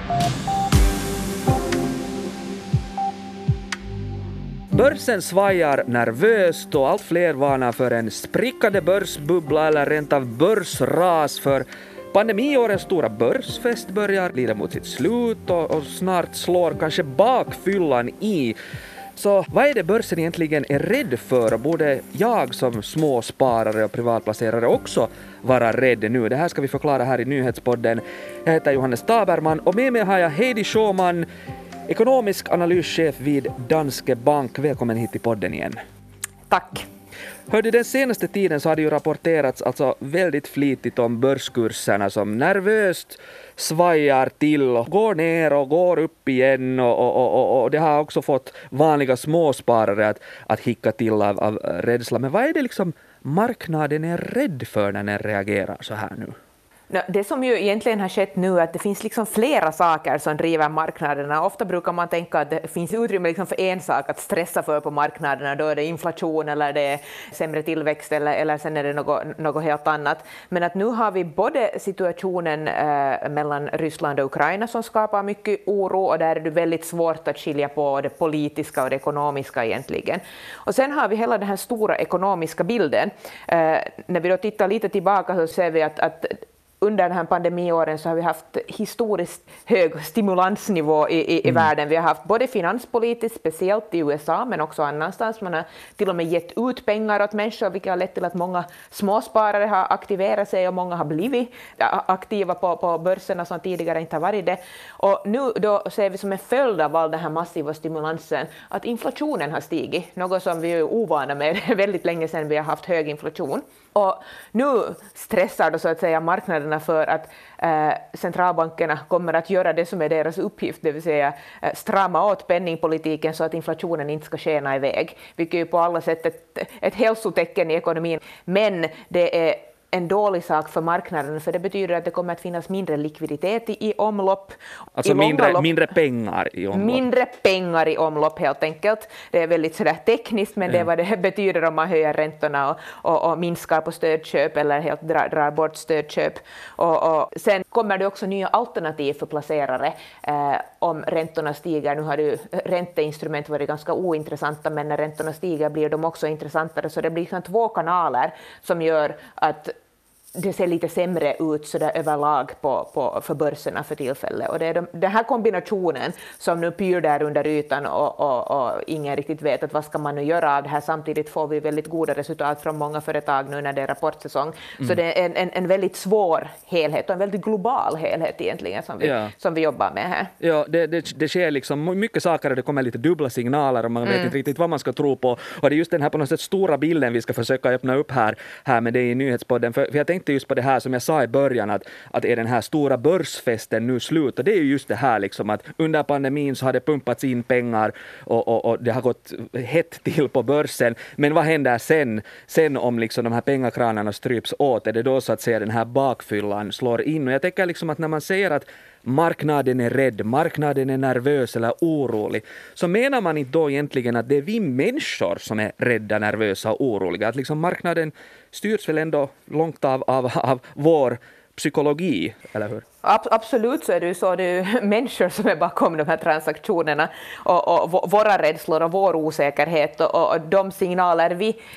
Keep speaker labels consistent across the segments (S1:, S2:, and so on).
S1: Börsen svajar nervöst och allt fler varnar för en sprickande börsbubbla eller rent av börsras, för pandemiårens stora börsfest börjar lida mot sitt slut och snart slår kanske bakfyllan i. Så vad är det börsen egentligen är rädd för? Och borde jag som småsparare och privatplacerare också vara rädd nu? Det här ska vi förklara här i Nyhetspodden. Jag heter Johannes Taberman och med mig har jag Heidi Schauman, ekonomisk analyschef vid Danske Bank. Välkommen hit till podden igen.
S2: Tack.
S1: Hörde, den senaste tiden så har det ju rapporterats alltså väldigt flitigt om börskurserna som nervöst svajar till och går ner och går upp igen och det har också fått vanliga småsparare att hicka till av rädsla. Men vad är det liksom marknaden är rädd för när den reagerar så här nu?
S2: Det som ju egentligen har skett nu är att det finns liksom flera saker som driver marknaderna. Ofta brukar man tänka att det finns utrymme liksom för en sak att stressa för på marknaderna. Då är det inflation eller det är sämre tillväxt eller sen är det något helt annat. Men att nu har vi både situationen mellan Ryssland och Ukraina som skapar mycket oro, och där är det väldigt svårt att skilja på det politiska och det ekonomiska egentligen. Och sen har vi hela den här stora ekonomiska bilden. När vi då tittar lite tillbaka så ser vi att under den här pandemiåren så har vi haft historiskt hög stimulansnivå i världen. Vi har haft både finanspolitiskt, speciellt i USA, men också annanstans. Man har till och med gett ut pengar åt människor, vilket har lett till att många småsparare har aktiverat sig och många har blivit aktiva på börserna som tidigare inte har varit det. Och nu då ser vi som en följd av all den här massiva stimulansen att inflationen har stigit, något som vi är ovana med väldigt länge sedan vi har haft hög inflation. Och nu stressar då så att säga marknaderna för att centralbankerna kommer att göra det som är deras uppgift, det vill säga strama åt penningpolitiken så att inflationen inte ska skena iväg, vilket är på alla sätt ett hälsotecken i ekonomin. Men det är en dålig sak för marknaden, för det betyder att det kommer att finnas mindre likviditet i omlopp.
S1: Alltså mindre pengar i omlopp. Mindre
S2: pengar i omlopp helt enkelt. Det är väldigt sådär tekniskt, men det är vad det betyder om man höjer räntorna och minskar på stödköp eller helt drar bort stödköp. Och sen kommer det också nya alternativ för placerare om räntorna stiger. Nu har ju ränteinstrument varit ganska ointressanta, men när räntorna stiger blir de också intressantare. Så det blir liksom två kanaler som gör att det ser lite sämre ut så där överlag för börserna för tillfället. Och det är den här kombinationen som nu pyr där under ytan och ingen riktigt vet att vad ska man nu göra av det här. Samtidigt får vi väldigt goda resultat från många företag nu när det är rapportsäsong. Så det är en väldigt svår helhet och en väldigt global helhet egentligen som vi jobbar med här.
S1: Ja, det sker liksom mycket saker och det kommer lite dubbla signaler och man vet inte riktigt vad man ska tro på. Och det är just den här på något sätt stora bilden vi ska försöka öppna upp här med det i Nyhetspodden. För jag tänkte just på det här som jag sa i början att är den här stora börsfesten nu slut, och det är ju just det här liksom att under pandemin så har det pumpats in pengar och det har gått hett till på börsen, men vad händer sen om liksom de här pengakranarna stryps åt? Är det då så att säga den här bakfyllan slår in? Och jag tänker liksom att när man säger att marknaden är rädd, marknaden är nervös eller orolig, så menar man inte då egentligen att det är vi människor som är rädda, nervösa och oroliga? Att liksom marknaden styrs väl ändå långt av vår psykologi, eller hur?
S2: Absolut, så är det ju så. Det är ju människor som är bakom de här transaktionerna och våra rädslor och vår osäkerhet och de signaler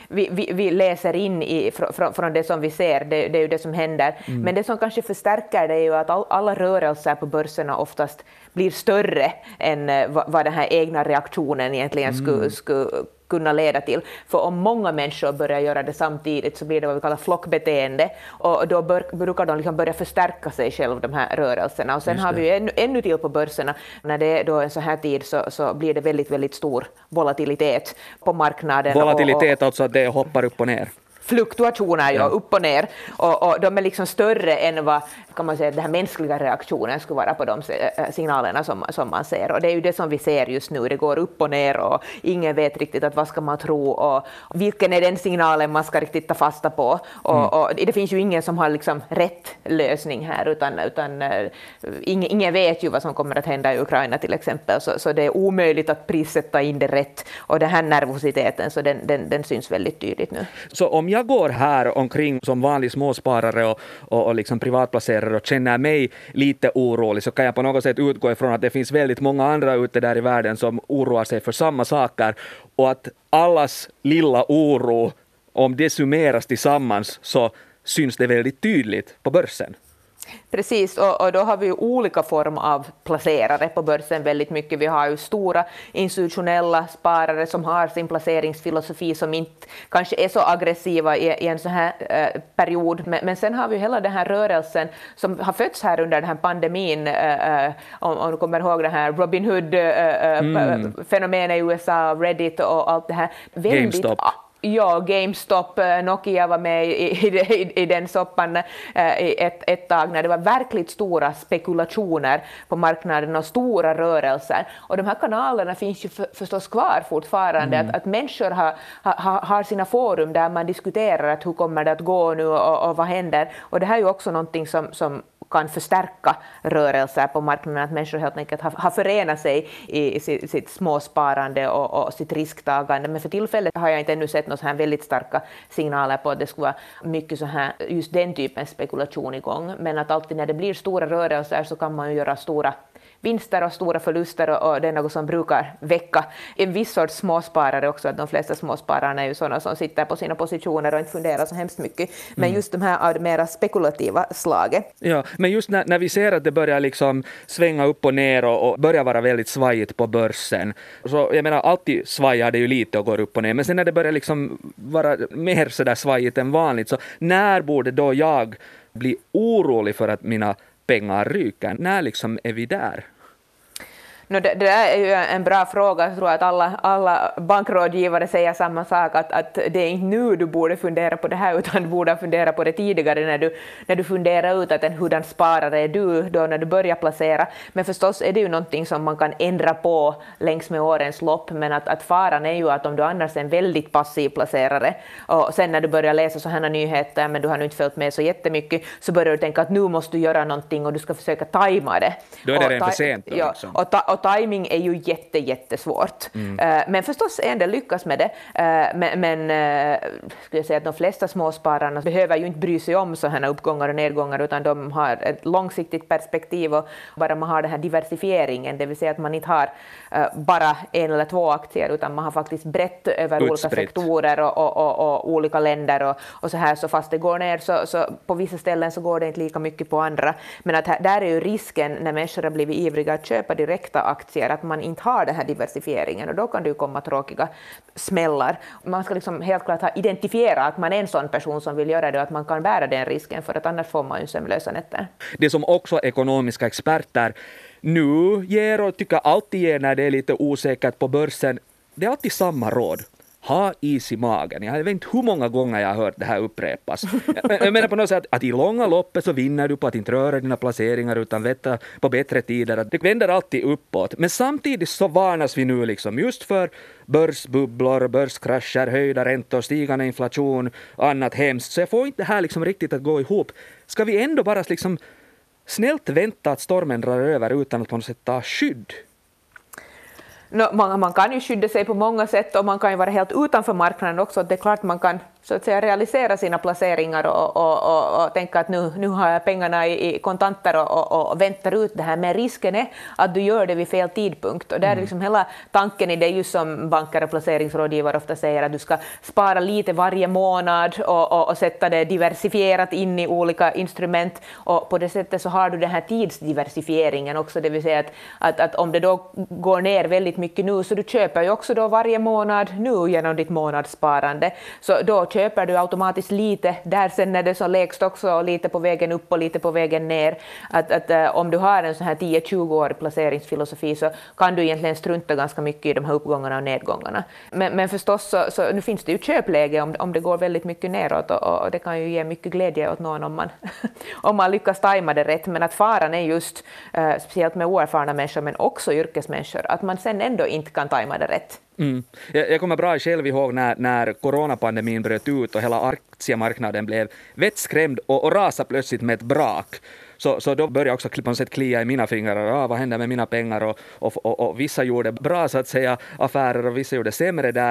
S2: vi läser in från det som vi ser, det är ju det som händer. Men det som kanske förstärker det är ju att alla rörelser på börserna oftast blir större än vad den här egna reaktionen egentligen skulle kunna leda till. För om många människor börjar göra det samtidigt så blir det vad vi kallar flockbeteende, och då brukar de liksom börja förstärka sig själva, de här rörelserna. Och sen har vi ju ännu till på börserna. När det är då en så här tid så blir det väldigt, väldigt stor volatilitet på marknaden.
S1: Volatilitet, alltså att det hoppar upp och ner.
S2: Fluktuationer upp och ner, och de är liksom större än vad kan man säga den här mänskliga reaktionen skulle vara på de signalerna som man ser, och det är ju det som vi ser just nu. Det går upp och ner och ingen vet riktigt att vad ska man tro och vilken är den signalen man ska riktigt ta fasta på, och det finns ju ingen som har liksom rätt lösning här, utan ingen vet ju vad som kommer att hända i Ukraina till exempel, så det är omöjligt att prissätta in det rätt, och den här nervositeten så den syns väldigt tydligt nu.
S1: Så om jag går här omkring som vanlig småsparare och liksom privatplacerare och känner mig lite orolig, så kan jag på något sätt utgå ifrån att det finns väldigt många andra ute där i världen som oroar sig för samma saker, och att allas lilla oro, om det summeras tillsammans, så syns det väldigt tydligt på börsen.
S2: Precis, och då har vi ju olika form av placerare på börsen väldigt mycket. Vi har ju stora institutionella sparare som har sin placeringsfilosofi som inte kanske är så aggressiva i en sån här period. Men sen har vi hela den här rörelsen som har fötts här under den här pandemin. Om du kommer ihåg det här Robin Hood-fenomenet i USA, Reddit och allt det här.
S1: GameStop.
S2: Ja, GameStop, Nokia var med i den soppan ett tag när det var verkligt stora spekulationer på marknaden och stora rörelser. Och de här kanalerna finns ju förstås kvar fortfarande. Att människor har sina forum där man diskuterar att hur kommer det att gå nu och vad händer. Och det här är ju också någonting som kan förstärka rörelser på marknaden, att människor helt enkelt har förenat sig i sitt småsparande och sitt risktagande. Men för tillfället har jag inte ännu sett några så här väldigt starka signaler på att det skulle vara mycket så här, just den typen spekulation igång. Men att alltid när det blir stora rörelser så kan man ju göra stora vinster och stora förluster, och det är något som brukar väcka en viss sorts småsparare också, att de flesta småspararna är ju sådana som sitter på sina positioner och inte funderar så hemskt mycket. Men just de här mera spekulativa slaget.
S1: Ja, men just när vi ser att det börjar liksom svänga upp och ner och börjar vara väldigt svajigt på börsen, så jag menar, alltid svajar det ju lite och går upp och ner, men sen när det börjar liksom vara mer så där svajigt än vanligt, så när borde då jag bli orolig för att mina pengar ryker? När liksom är vi där?
S2: Det där är ju en bra fråga. Jag tror att alla bankrådgivare säger samma sak, att det är inte nu du borde fundera på det här, utan du borde fundera på det tidigare när du funderar ut att hurdan sparare är du då när du börjar placera. Men förstås är det ju någonting som man kan ändra på längs med årens lopp, men att faran är ju att om du annars är en väldigt passiv placerare och sen när du börjar läsa så här nyheter men du har nu inte följt med så jättemycket, så börjar du tänka att nu måste du göra någonting och du ska försöka tajma det.
S1: Då är det redan för sent. Då,
S2: ja,
S1: liksom.
S2: och timing är ju jättesvårt. Men förstås en del lyckas med det. Men skulle jag säga att de flesta småspararna behöver ju inte bry sig om så här uppgångar och nedgångar, utan de har ett långsiktigt perspektiv, och bara man har den här diversifieringen, det vill säga att man inte har bara en eller två aktier, utan man har faktiskt brett över olika sektorer och olika länder och så här, så fast det går ner så på vissa ställen så går det inte lika mycket på andra. Men att där är ju risken när människor har blivit ivriga att köpa direkta aktier, att man inte har den här diversifieringen, och då kan det ju komma tråkiga smällar. Man ska liksom helt klart ha identifierat att man är en sån person som vill göra det, och att man kan bära den risken, för att annars får man ju sömnlösa nätter.
S1: Det som också ekonomiska experter nu ger och tycker alltid ger när det är lite osäkert på börsen, det är alltid samma råd. Ha is i magen. Jag vet inte hur många gånger jag har hört det här upprepas. Jag menar på något sätt att i långa loppet så vinner du på att inte röra dina placeringar utan veta på bättre tider. Det vänder alltid uppåt. Men samtidigt så varnas vi nu liksom just för börsbubblor, börskrascher, höjda räntor, stigande inflation och annat hemskt. Så jag får inte det här liksom riktigt att gå ihop. Ska vi ändå bara liksom snällt vänta att stormen drar över utan att på något sätt ta skydd?
S2: Man kan ju skydda sig på många sätt, och man kan ju vara helt utanför marknaden också. Det är klart man kan så att säga realisera sina placeringar och tänka att nu har jag pengarna i kontanter och väntar ut det här. Men risken är att du gör det vid fel tidpunkt. Och där är liksom hela tanken i det, just som banker och placeringsrådgivare ofta säger, att du ska spara lite varje månad och sätta det diversifierat in i olika instrument. Och på det sättet så har du den här tidsdiversifieringen också, det vill säga att om det då går ner väldigt mycket nu, så du köper ju också då varje månad nu genom ditt månadssparande. Så då köper du automatiskt lite där sen när det är så lägst också, och lite på vägen upp och lite på vägen ner. Att om du har en sån här 10-20-årig placeringsfilosofi så kan du egentligen strunta ganska mycket i de här uppgångarna och nedgångarna. Men förstås så nu finns det ju köpläge om det går väldigt mycket neråt, och det kan ju ge mycket glädje åt någon om man lyckas tajma det rätt. Men att faran är just, speciellt med oerfarna människor men också yrkesmänniskor, att man sen ändå inte kan tajma det rätt.
S1: Jag kommer bra själv ihåg när coronapandemin bröt ut och hela aktiemarknaden blev vettskrämd och rasade plötsligt med ett brak. Så då började jag också på något sätt klia i mina fingrar. Vad hände med mina pengar? Och vissa gjorde bra så att säga affärer och vissa gjorde sämre där.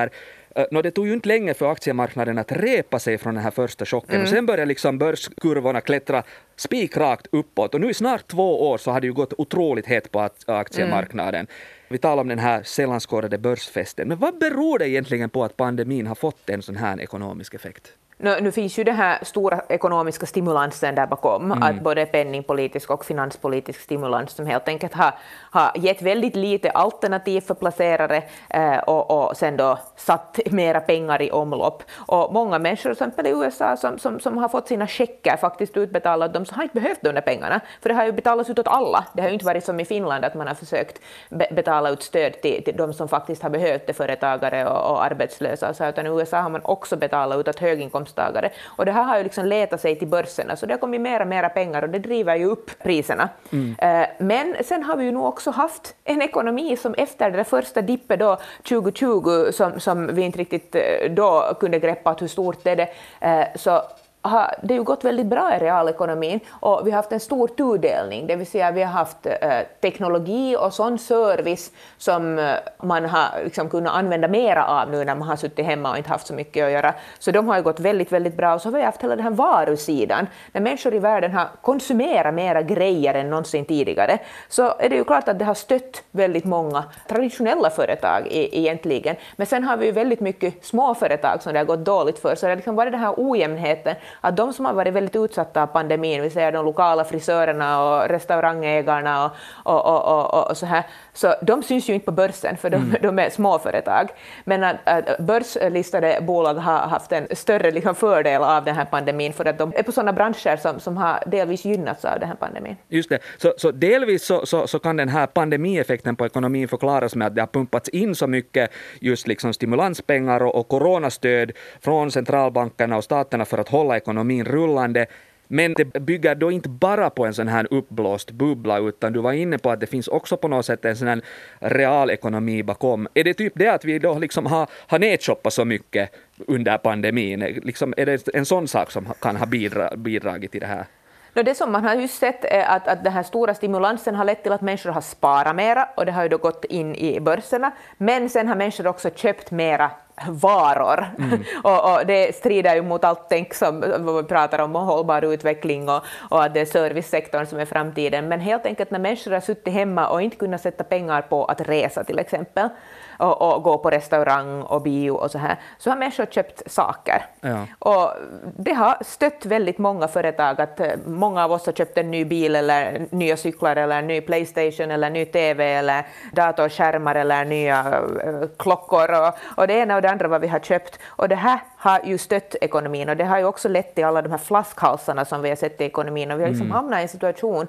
S1: Det tog ju inte länge för aktiemarknaden att repa sig från den här första chocken och sen började liksom börskurvorna klättra spikrakt uppåt och nu i snart 2 år så har det ju gått otroligt hett på aktiemarknaden. Vi talar om den här sällanskådade börsfesten. Men vad beror det egentligen på att pandemin har fått en sån här ekonomisk effekt?
S2: Nu finns ju den här stora ekonomiska stimulansen där bakom, att både penningpolitisk och finanspolitisk stimulans som helt enkelt har gett väldigt lite alternativ för placerare och sen då satt mera pengar i omlopp. Och många människor, till exempel i USA, som har fått sina checkar faktiskt utbetalade, de har inte behövt de där pengarna, för det har ju betalats ut åt alla. Det har ju inte varit som i Finland att man har försökt betala ut stöd till de som faktiskt har behövt det, företagare och arbetslösa, så utan i USA har man också betalat ut åt höginkomsttagare. Och det här har ju liksom letat sig till börserna, så det har kommit mera pengar och det driver ju upp priserna. Men sen har vi ju nog också haft en ekonomi som efter det första dippet då 2020 som vi inte riktigt då kunde greppa hur stort det är, så har det ju gått väldigt bra i realekonomin och vi har haft en stor tudelning, det vill säga vi har haft teknologi och sån service som man har liksom kunnat använda mera av nu när man har suttit hemma och inte haft så mycket att göra, så de har ju gått väldigt, väldigt bra. Och så har vi haft hela den här varusidan, när människor i världen har konsumerat mera grejer än någonsin tidigare, så är det ju klart att det har stött väldigt många traditionella företag egentligen, men sen har vi ju väldigt mycket små företag som det har gått dåligt för, så det har liksom varit den här ojämnheten att de som har varit väldigt utsatta av pandemin, vi säger de lokala frisörerna och restaurangägarna och så här, så de syns ju inte på börsen för de är småföretag. Men att börslistade bolag har haft en större liksom fördel av den här pandemin för att de är på sådana branscher som har delvis gynnats av den här pandemin.
S1: Just det. Så delvis så kan den här pandemieffekten på ekonomin förklaras med att det har pumpats in så mycket just liksom stimulanspengar och coronastöd från centralbankerna och staterna för att hålla ekonomin rullande. Men det bygger då inte bara på en sån här uppblåst bubbla, utan du var inne på att det finns också på något sätt en sån här realekonomi bakom. Är det typ det att vi då liksom har nedshoppat så mycket under pandemin? Liksom, är det en sån sak som kan ha bidragit till det här?
S2: Det som man har ju sett är att den här stora stimulansen har lett till att människor har sparat mera och det har ju då gått in i börserna, men sen har människor också köpt mera varor och det strider ju mot allt tänk som vi pratar om hållbar utveckling och att det är servicesektorn som är framtiden, men helt enkelt när människor har suttit hemma och inte kunnat sätta pengar på att resa till exempel och gå på restaurang och bio och så här, så har människor köpt saker. Ja. Och det har stött väldigt många företag att många av oss har köpt en ny bil eller nya cyklar eller en ny PlayStation eller ny TV eller datorskärmar eller nya klockor och det ena och det andra vad vi har köpt. Och det här har ju stött ekonomin och det har ju också lett till alla de här flaskhalsarna som vi har sett i ekonomin, och vi har liksom hamnat i en situation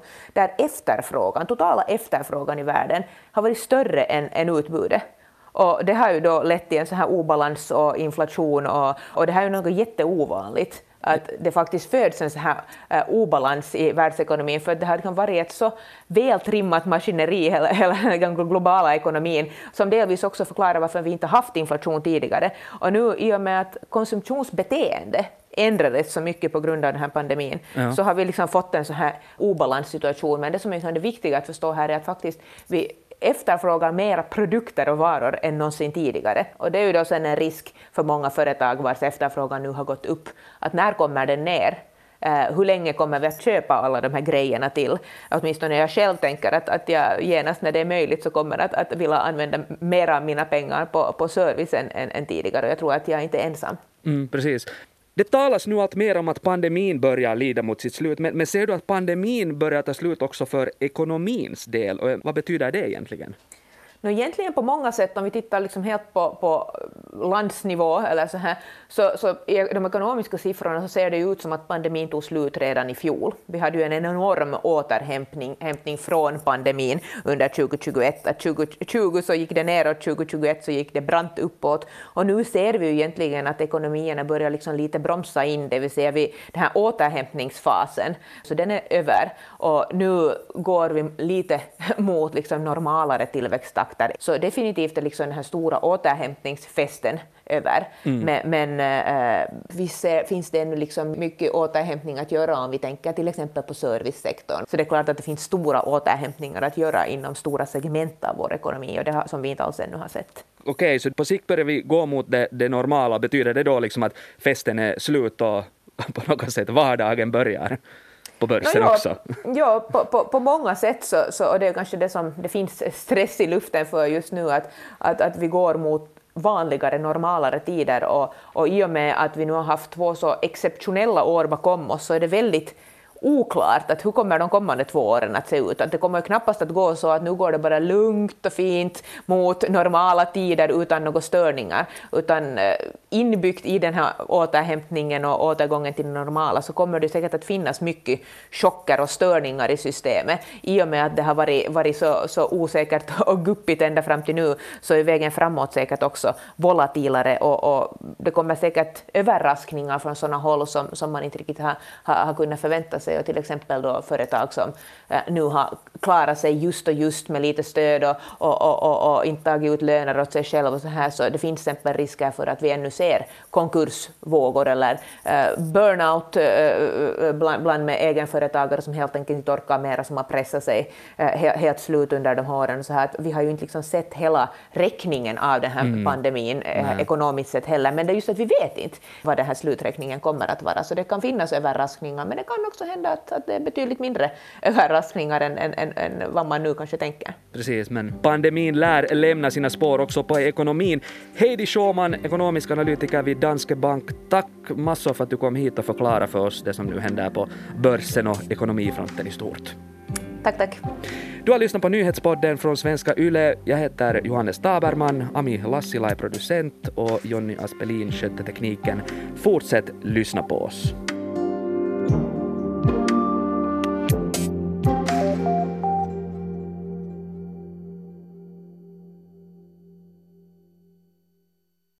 S2: där totala efterfrågan i världen har varit större än utbudet. Och det har ju då lett till en så här obalans och inflation och det här är ju något jätteovanligt att det faktiskt föds en så här obalans i världsekonomin, för det har kan varit ett så vältrimmat maskineri hela den globala ekonomin som delvis också förklarar varför vi inte haft inflation tidigare. Och nu i och med att konsumtionsbeteende ändrades så mycket på grund av den här pandemin, så har vi liksom fått en så här obalanssituation. Men det som är det viktiga att förstå här är att faktiskt vi efterfrågar mera produkter och varor än någonsin tidigare. Och det är ju då sen en risk för många företag vars efterfrågan nu har gått upp. Att när kommer den ner? Hur länge kommer vi att köpa alla de här grejerna till? Åtminstone jag själv tänker att jag genast när det är möjligt så kommer att vilja använda mer av mina pengar på service än tidigare. Och jag tror att jag inte är ensam.
S1: Precis. Det talas nu allt mer om att pandemin börjar lida mot sitt slut, men ser du att pandemin börjar ta slut också för ekonomins del? Och vad betyder det egentligen?
S2: Egentligen på många sätt, om vi tittar liksom helt på landsnivå eller så här, så i de ekonomiska siffrorna så ser det ut som att pandemin tog slut redan i fjol. Vi hade ju en enorm återhämtning från pandemin under 2021. Att 2020 så gick det neråt, 2021 så gick det brant uppåt. Och nu ser vi ju egentligen att ekonomierna börjar liksom lite bromsa in, det vill säga den här återhämtningsfasen. Så den är över och nu går vi lite mot liksom normalare tillväxttakt. Så definitivt är liksom den här stora återhämtningsfesten över. Men visst finns det ännu liksom mycket återhämtning att göra om vi tänker till exempel på servicesektorn. Så det är klart att det finns stora återhämtningar att göra inom stora segment av vår ekonomi och det som vi inte alls ännu har sett.
S1: okej, så på sikt börjar vi gå mot det normala. Betyder det då liksom att festen är slut och på något sätt vardagen börjar på börsen också?
S2: Ja, på många sätt så och det är kanske det som det finns stress i luften för just nu, att vi går mot vanligare, normalare tider, och i och med att vi nu har haft 2 så exceptionella år bakom oss så är det väldigt oklart att hur kommer de kommande 2 åren att se ut. Att det kommer knappast att gå så att nu går det bara lugnt och fint mot normala tider utan några störningar, utan inbyggt i den här återhämtningen och återgången till det normala så kommer det säkert att finnas mycket chocker och störningar i systemet. I och med att det har varit så osäkert och guppigt ända fram till nu så är vägen framåt säkert också volatilare, och det kommer säkert överraskningar från sådana håll som man inte riktigt har kunnat förvänta sig. Och till exempel då företag som nu har klarat sig just med lite stöd och inte tagit ut löner åt sig själv och så här, så det finns till exempel risker för att vi ännu ser konkursvågor eller burnout bland med egenföretagare som helt enkelt inte orkar mer, som har pressat sig helt slut under de åren. Så här att vi har ju inte liksom sett hela räkningen av den här pandemin ekonomiskt sett heller, men det är just att vi vet inte vad den här sluträkningen kommer att vara, så det kan finnas överraskningar, men det kan också hända att det är betydligt mindre överraskningar än vad man nu kanske tänker.
S1: Precis, men pandemin lär lämna sina spår också på ekonomin. Heidi Schauman, ekonomisk analytiker vid Danske Bank. Tack massor för att du kom hit och förklara för oss det som nu händer på börsen och ekonomifronten i stort.
S2: Tack.
S1: Du har lyssnat på nyhetspodden från Svenska Yle. Jag heter Johannes Taberman, Ami Lassila är producent och Jonny Aspelin skötte tekniken. Fortsätt lyssna på oss.